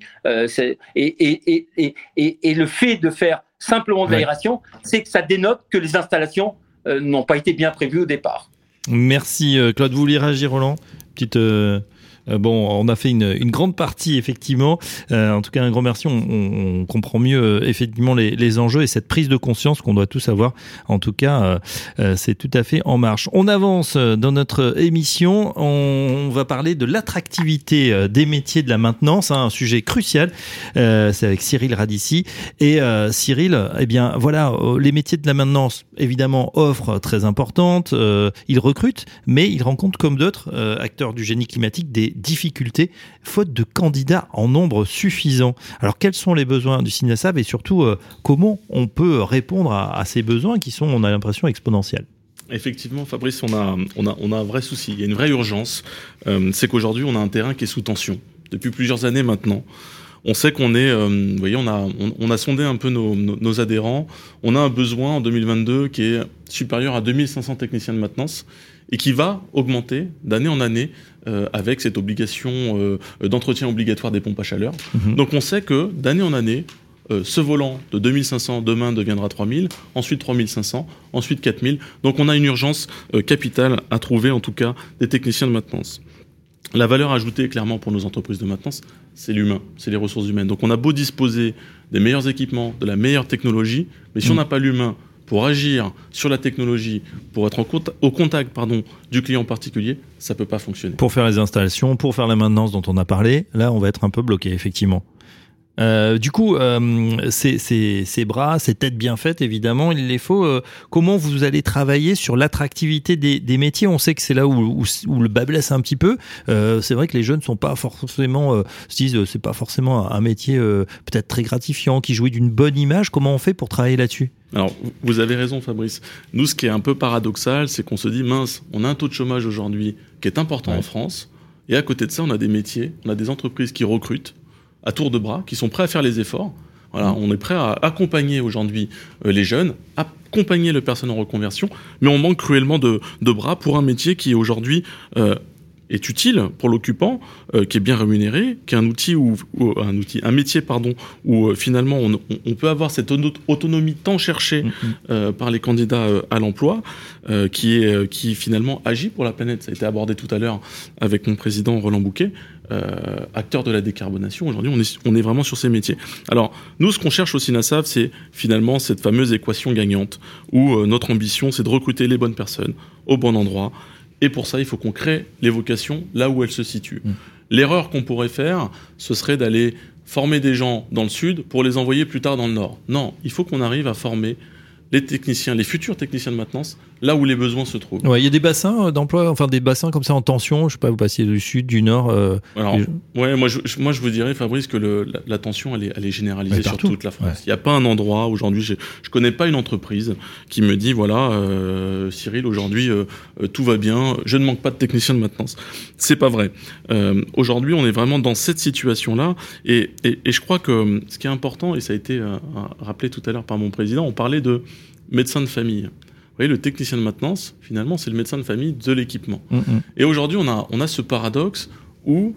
Speaker 6: Et le fait de faire simplement de l'aération, c'est que ça dénote que les installations n'ont pas été bien prévues au départ.
Speaker 2: Merci Claude. Vous voulez réagir, Roland ? On a fait une grande partie, effectivement. En tout cas, un grand merci. On comprend mieux, effectivement, les enjeux et cette prise de conscience qu'on doit tous avoir. En tout cas, c'est tout à fait en marche. On avance dans notre émission. On va parler de l'attractivité des métiers de la maintenance, un sujet crucial. C'est avec Cyril Radici. Et Cyril, les métiers de la maintenance, évidemment, offrent très importante. Ils recrutent, mais ils rencontrent, comme d'autres acteurs du génie climatique, des difficultés, faute de candidats en nombre suffisant. Alors, quels sont les besoins du SINASAV et surtout, comment on peut répondre à ces besoins qui sont, on a l'impression, exponentiels ?
Speaker 5: Effectivement, Fabrice, on a un vrai souci. Il y a une vraie urgence. C'est qu'aujourd'hui, on a un terrain qui est sous tension depuis plusieurs années maintenant. On sait qu'on est, vous voyez, on a sondé un peu nos adhérents. On a un besoin en 2022 qui est supérieur à 2500 techniciens de maintenance et qui va augmenter d'année en année avec cette obligation d'entretien obligatoire des pompes à chaleur. Donc on sait que d'année en année, ce volant de 2500 demain deviendra 3000, ensuite 3500, ensuite 4000. Donc on a une urgence capitale à trouver en tout cas des techniciens de maintenance. La valeur ajoutée, clairement, pour nos entreprises de maintenance, c'est l'humain, c'est les ressources humaines. Donc on a beau disposer des meilleurs équipements, de la meilleure technologie, mais si on n'a pas l'humain pour agir sur la technologie, pour être au contact du client particulier, ça ne peut pas fonctionner.
Speaker 2: Pour faire les installations, pour faire la maintenance dont on a parlé, là, on va être un peu bloqué, effectivement. Du coup, ces bras, ces têtes bien faites, évidemment, il les faut. Comment vous allez travailler sur l'attractivité des métiers ? On sait que c'est là où le bas blesse un petit peu. C'est vrai que les jeunes sont pas forcément, se disent, c'est pas forcément un métier peut-être très gratifiant, qui jouit d'une bonne image. Comment on fait pour travailler là-dessus ?
Speaker 5: Alors, vous avez raison, Fabrice. Nous, ce qui est un peu paradoxal, c'est qu'on se dit, mince, on a un taux de chômage aujourd'hui qui est important en France, et à côté de ça, on a des métiers, on a des entreprises qui recrutent à tour de bras, qui sont prêts à faire les efforts. Voilà, on est prêt à accompagner aujourd'hui les jeunes, accompagner les personnes en reconversion, mais on manque cruellement de bras pour un métier qui aujourd'hui est utile pour l'occupant, qui est bien rémunéré, qui est un métier où finalement on peut avoir cette autonomie tant cherchée par les candidats à l'emploi, qui finalement agit pour la planète. Ça a été abordé tout à l'heure avec mon président Roland Bouquet. Acteur de la décarbonation, aujourd'hui on est vraiment sur ces métiers. Alors nous, ce qu'on cherche au SINASAV, c'est finalement cette fameuse équation gagnante où notre ambition, c'est de recruter les bonnes personnes au bon endroit, et pour ça il faut qu'on crée les vocations là où elles se situent. L'erreur qu'on pourrait faire, ce serait d'aller former des gens dans le sud pour les envoyer plus tard dans le nord. Non, il faut qu'on arrive à former les techniciens, les futurs techniciens de maintenance, là où les besoins se trouvent.
Speaker 2: Ouais, il y a des bassins d'emploi, enfin des bassins comme ça en tension, je sais pas, vous passiez du sud, du nord.
Speaker 5: Alors, moi je vous dirais, Fabrice, que la tension, elle est généralisée sur toute la France. Il n'y a pas un endroit aujourd'hui, je connais pas une entreprise qui me dit voilà, Cyril, aujourd'hui tout va bien, je ne manque pas de techniciens de maintenance. C'est pas vrai. Aujourd'hui, on est vraiment dans cette situation-là, et je crois que ce qui est important, et ça a été rappelé tout à l'heure par mon président, on parlait de médecin de famille. Vous voyez, le technicien de maintenance, finalement, c'est le médecin de famille de l'équipement. Et aujourd'hui, on a ce paradoxe où,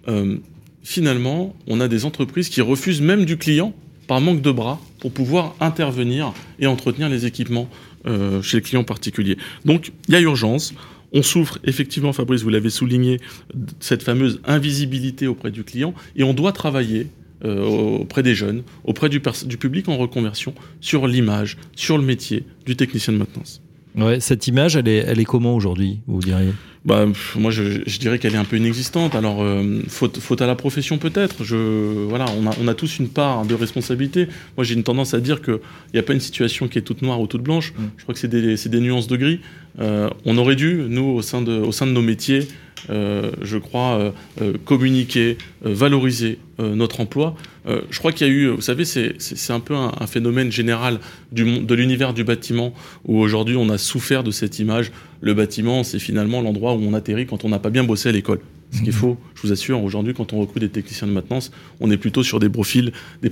Speaker 5: finalement, on a des entreprises qui refusent même du client par manque de bras pour pouvoir intervenir et entretenir les équipements chez le client particulier. Donc, il y a urgence. On souffre, effectivement, Fabrice, vous l'avez souligné, cette fameuse invisibilité auprès du client, et on doit travailler auprès des jeunes, auprès du public en reconversion, sur l'image, sur le métier du technicien de maintenance. Ouais,
Speaker 2: cette image, elle est comment aujourd'hui, vous diriez ?
Speaker 5: Moi, je dirais qu'elle est un peu inexistante. Alors, faute à la profession peut-être. Voilà, on a tous une part de responsabilité. Moi, j'ai une tendance à dire qu'il n'y a pas une situation qui est toute noire ou toute blanche. Je crois que c'est des nuances de gris. On aurait dû, nous, au sein de nos métiers, je crois, communiquer, valoriser notre emploi. Je crois qu'il y a eu, vous savez, c'est un peu un phénomène général de l'univers du bâtiment, où aujourd'hui on a souffert de cette image. Le bâtiment, c'est finalement l'endroit où on atterrit quand on n'a pas bien bossé à l'école. Ce qu'il faut, je vous assure, aujourd'hui, quand on recrute des techniciens de maintenance, on est plutôt sur des profils,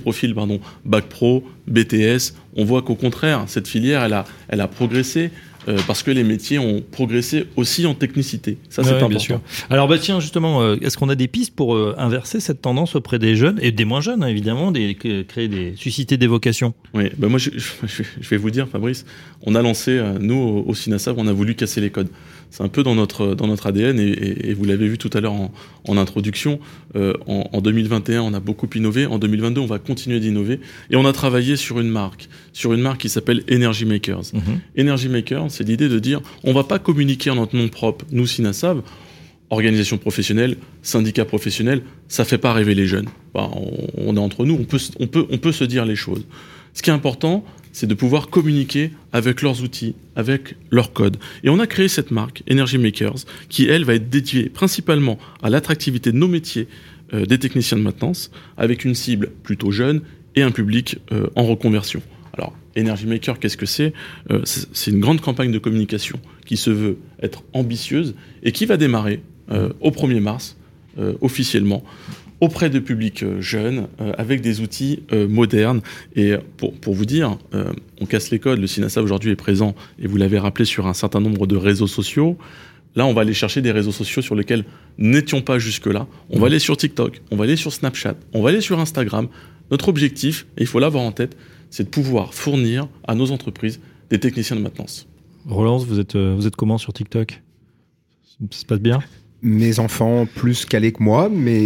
Speaker 5: bac pro, BTS. On voit qu'au contraire, cette filière, elle a progressé. Parce que les métiers ont progressé aussi en technicité. Ça, c'est important. Bien sûr.
Speaker 2: Alors, tiens, justement, est-ce qu'on a des pistes pour inverser cette tendance auprès des jeunes, et des moins jeunes, hein, évidemment, susciter des vocations ?
Speaker 5: Oui, moi, je vais vous dire, Fabrice, on a lancé, nous, au CINASAV, on a voulu casser les codes. C'est un peu dans notre ADN, et vous l'avez vu tout à l'heure en introduction. En 2021, on a beaucoup innové. En 2022, on va continuer d'innover. Et on a travaillé sur une marque qui s'appelle Energy Makers. Energy Makers, c'est l'idée de dire, on va pas communiquer en notre nom propre, nous, CINASAV, organisation professionnelle, syndicat professionnel, ça fait pas rêver les jeunes. On est entre nous, on peut se dire les choses. Ce qui est important, c'est de pouvoir communiquer avec leurs outils, avec leurs codes. Et on a créé cette marque, Energy Makers, qui, elle, va être dédiée principalement à l'attractivité de nos métiers des techniciens de maintenance, avec une cible plutôt jeune et un public en reconversion. Alors, Energy Maker, qu'est-ce que c'est ? C'est une grande campagne de communication qui se veut être ambitieuse et qui va démarrer au 1er mars, officiellement, auprès de publics jeunes, avec des outils modernes. Et pour vous dire, on casse les codes. Le CINASAV aujourd'hui est présent, et vous l'avez rappelé, sur un certain nombre de réseaux sociaux. Là, on va aller chercher des réseaux sociaux sur lesquels nous n'étions pas jusque-là. On va aller sur TikTok, on va aller sur Snapchat, on va aller sur Instagram. Notre objectif, et il faut l'avoir en tête, c'est de pouvoir fournir à nos entreprises des techniciens de maintenance.
Speaker 2: Roland, vous êtes comment sur TikTok ? Ça se passe bien ?
Speaker 4: Mes enfants plus calés que moi, mais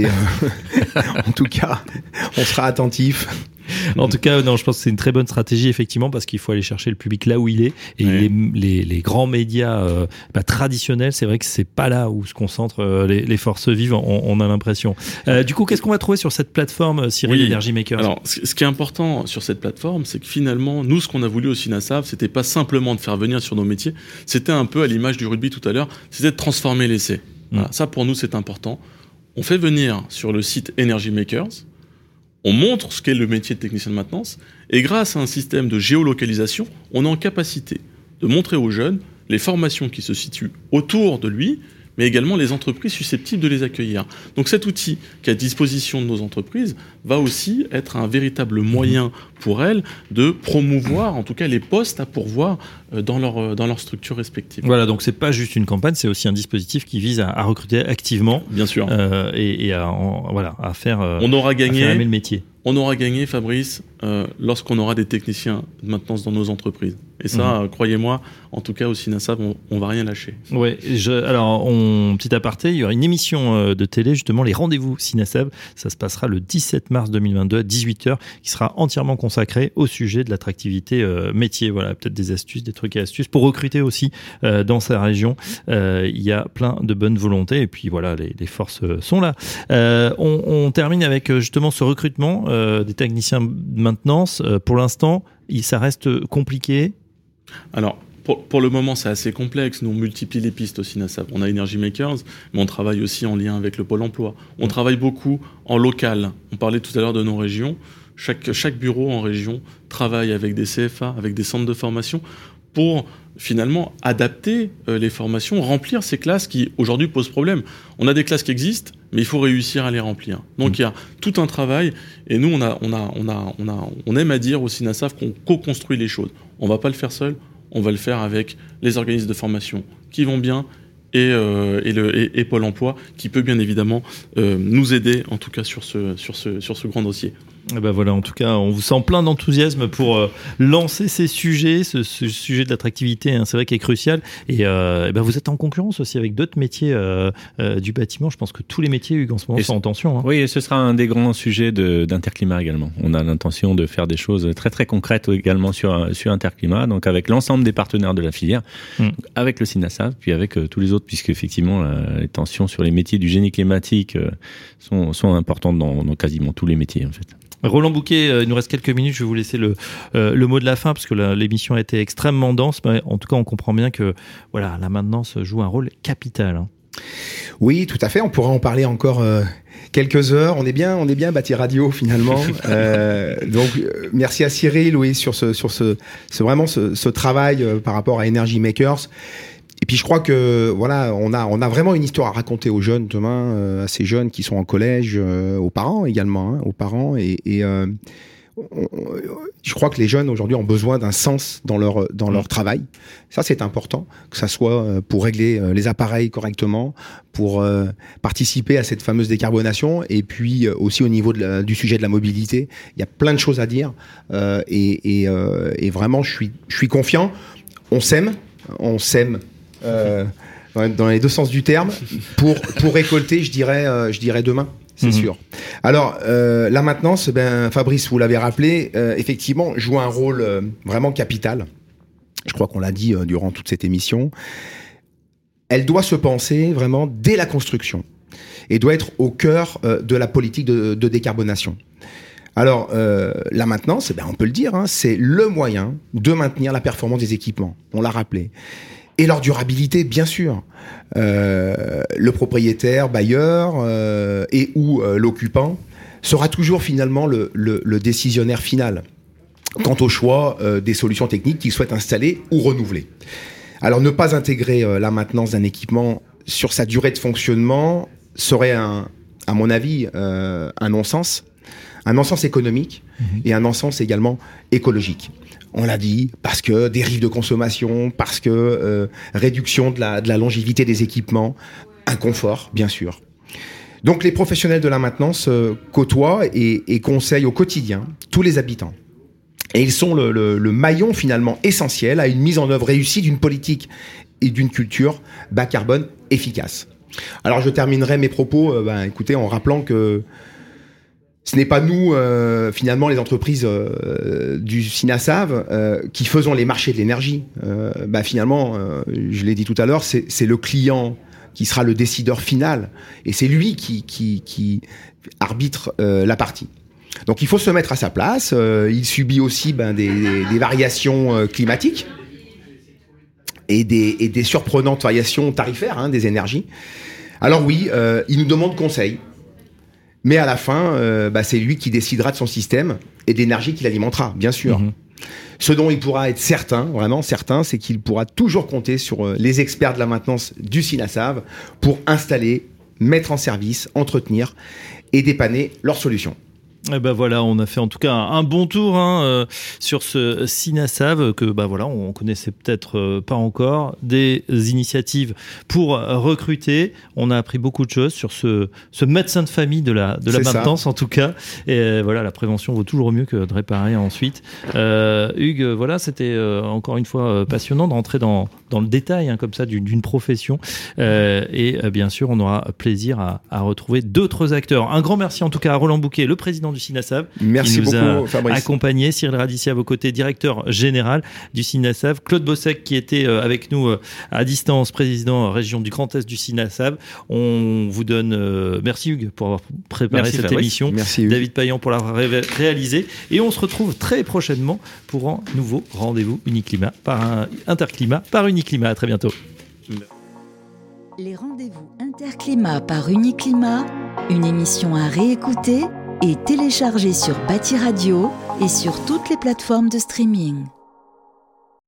Speaker 4: en tout cas, on sera attentif.
Speaker 2: En tout cas, non, je pense que c'est une très bonne stratégie, effectivement, parce qu'il faut aller chercher le public là où il est. Et les grands médias traditionnels, c'est vrai que c'est pas là où se concentrent les forces vives, on a l'impression. Du coup, qu'est-ce qu'on va trouver sur cette plateforme, Cyril, Energy Makers ?
Speaker 5: Alors, ce qui est important sur cette plateforme, c'est que finalement, nous, ce qu'on a voulu au CINASAV, c'était pas simplement de faire venir sur nos métiers, c'était un peu à l'image du rugby tout à l'heure, c'était de transformer l'essai. Voilà, ça, pour nous, c'est important. On fait venir sur le site Energy Makers, on montre ce qu'est le métier de technicien de maintenance, et grâce à un système de géolocalisation, on est en capacité de montrer aux jeunes les formations qui se situent autour de lui, mais également les entreprises susceptibles de les accueillir. Donc cet outil qui est à disposition de nos entreprises va aussi être un véritable moyen pour elles de promouvoir, en tout cas, les postes à pourvoir dans leur structure respective.
Speaker 2: Voilà, donc c'est pas juste une campagne, c'est aussi un dispositif qui vise à recruter activement.
Speaker 5: Bien sûr.
Speaker 2: Et à faire
Speaker 5: aimer
Speaker 2: le métier.
Speaker 5: On aura gagné, Fabrice, lorsqu'on aura des techniciens de maintenance dans nos entreprises. Et ça, croyez-moi, en tout cas au CINASAV, on va rien lâcher.
Speaker 2: Ouais, petit aparté, il y aura une émission de télé, justement, les rendez-vous CINASAV. Ça se passera le 17 mars 2022 à 18h, qui sera entièrement consacré au sujet de l'attractivité métier. Voilà, peut-être des astuces, des trucs et astuces pour recruter aussi dans sa région. Il y a plein de bonnes volontés, et puis voilà, les forces sont là. On termine avec justement ce recrutement des techniciens de maintenance. Pour l'instant, ça reste compliqué.
Speaker 5: Alors, pour le moment, c'est assez complexe. Nous, on multiplie les pistes au SINASAV. On a Energy Makers, mais on travaille aussi en lien avec le Pôle emploi. On travaille beaucoup en local. On parlait tout à l'heure de nos régions. Chaque bureau en région travaille avec des CFA, avec des centres de formation pour finalement adapter les formations, remplir ces classes qui aujourd'hui posent problème. On a des classes qui existent, mais il faut réussir à les remplir. Donc il y a tout un travail, et nous on aime à dire au SINASAV qu'on co-construit les choses. On va pas le faire seul, on va le faire avec les organismes de formation qui vont bien et Pôle emploi qui peut bien évidemment nous aider en tout cas sur ce grand dossier.
Speaker 2: Et ben voilà, en tout cas, on vous sent plein d'enthousiasme pour lancer ces sujets, ce sujet de l'attractivité, hein, c'est vrai qu'il est crucial. Et ben vous êtes en concurrence aussi avec d'autres métiers du bâtiment. Je pense que tous les métiers, Hugues, en ce moment sont en tension. Hein.
Speaker 3: Oui, et ce sera un des grands sujets d'Interclimat également. On a l'intention de faire des choses très très concrètes également sur Interclimat, donc avec l'ensemble des partenaires de la filière, donc avec le SINASAV, puis avec tous les autres, puisque effectivement les tensions sur les métiers du génie climatique sont importantes dans quasiment tous les métiers en fait.
Speaker 2: Roland Bouquet, il nous reste quelques minutes, je vais vous laisser le mot de la fin parce que l'émission a été extrêmement dense, mais en tout cas on comprend bien que voilà, la maintenance joue un rôle capital. Hein.
Speaker 4: Oui, tout à fait, on pourra en parler encore quelques heures, on est bien Bâti Radio finalement. Donc merci à Cyril sur ce travail par rapport à Energy Makers. Et puis je crois que voilà, on a vraiment une histoire à raconter aux jeunes demain, à ces jeunes qui sont en collège, aux parents également, aux parents. Et je crois que les jeunes aujourd'hui ont besoin d'un sens dans leur travail. Ça c'est important, que ça soit pour régler les appareils correctement, pour participer à cette fameuse décarbonation, et puis aussi au niveau du sujet de la mobilité. Il y a plein de choses à dire et vraiment je suis confiant. On s'aime. Dans les deux sens du terme, pour récolter, je dirais demain, c'est sûr. Alors, la maintenance, Fabrice, vous l'avez rappelé, effectivement, joue un rôle vraiment capital. Je crois qu'on l'a dit durant toute cette émission. Elle doit se penser vraiment dès la construction et doit être au cœur de la politique de décarbonation. Alors, la maintenance, on peut le dire, hein, c'est le moyen de maintenir la performance des équipements. On l'a rappelé. Et leur durabilité, bien sûr. Le propriétaire, bailleur et ou l'occupant sera toujours finalement le décisionnaire final quant au choix des solutions techniques qu'il souhaite installer ou renouveler. Alors, ne pas intégrer la maintenance d'un équipement sur sa durée de fonctionnement serait, à mon avis, un non-sens. Un non-sens économique et un non-sens également écologique. On l'a dit, parce que dérive de consommation, parce que réduction de la longévité des équipements, inconfort, bien sûr. Donc les professionnels de la maintenance côtoient et conseillent au quotidien tous les habitants. Et ils sont le maillon finalement essentiel à une mise en œuvre réussie d'une politique et d'une culture bas carbone efficace. Alors je terminerai mes propos écoutez, en rappelant que ce n'est pas nous, finalement, les entreprises du SINASAV qui faisons les marchés de l'énergie. Finalement, je l'ai dit tout à l'heure, c'est le client qui sera le décideur final. Et c'est lui qui arbitre la partie. Donc il faut se mettre à sa place. Il subit aussi des variations climatiques et des surprenantes variations tarifaires des énergies. Alors oui, il nous demande conseil. Mais à la fin, c'est lui qui décidera de son système et de l'énergie qu'il alimentera, bien sûr. Ce dont il pourra être certain, vraiment certain, c'est qu'il pourra toujours compter sur les experts de la maintenance du SINASAV pour installer, mettre en service, entretenir et dépanner leurs solutions.
Speaker 2: Et voilà, on a fait en tout cas un bon tour sur ce SINASAV que on connaissait peut-être pas encore, des initiatives pour recruter. On a appris beaucoup de choses sur ce médecin de famille de la maintenance ça. En tout cas. Et voilà, la prévention vaut toujours mieux que de réparer ensuite. Hugues, c'était encore une fois passionnant de rentrer dans le détail comme ça d'une profession. Et bien sûr, on aura plaisir à retrouver d'autres acteurs. Un grand merci en tout cas à Roland Bouquet, le président du CINASAV.
Speaker 4: Merci
Speaker 2: qui nous
Speaker 4: beaucoup,
Speaker 2: a
Speaker 4: Fabrice.
Speaker 2: accompagné. Cyril Radici à vos côtés, directeur général du CINASAV. Claude Bossec qui était avec nous à distance, président région du Grand Est du CINASAV. On vous donne merci Hugues pour avoir préparé cette émission.
Speaker 4: Merci Hugues.
Speaker 2: David Payan pour l'avoir réalisé. Et on se retrouve très prochainement pour un nouveau rendez-vous Uniclimat Interclimat par Uniclimat. À très bientôt.
Speaker 1: Les rendez-vous Interclimat par Uniclimat, une émission à réécouter et télécharger sur Bâti Radio et sur toutes les plateformes de streaming.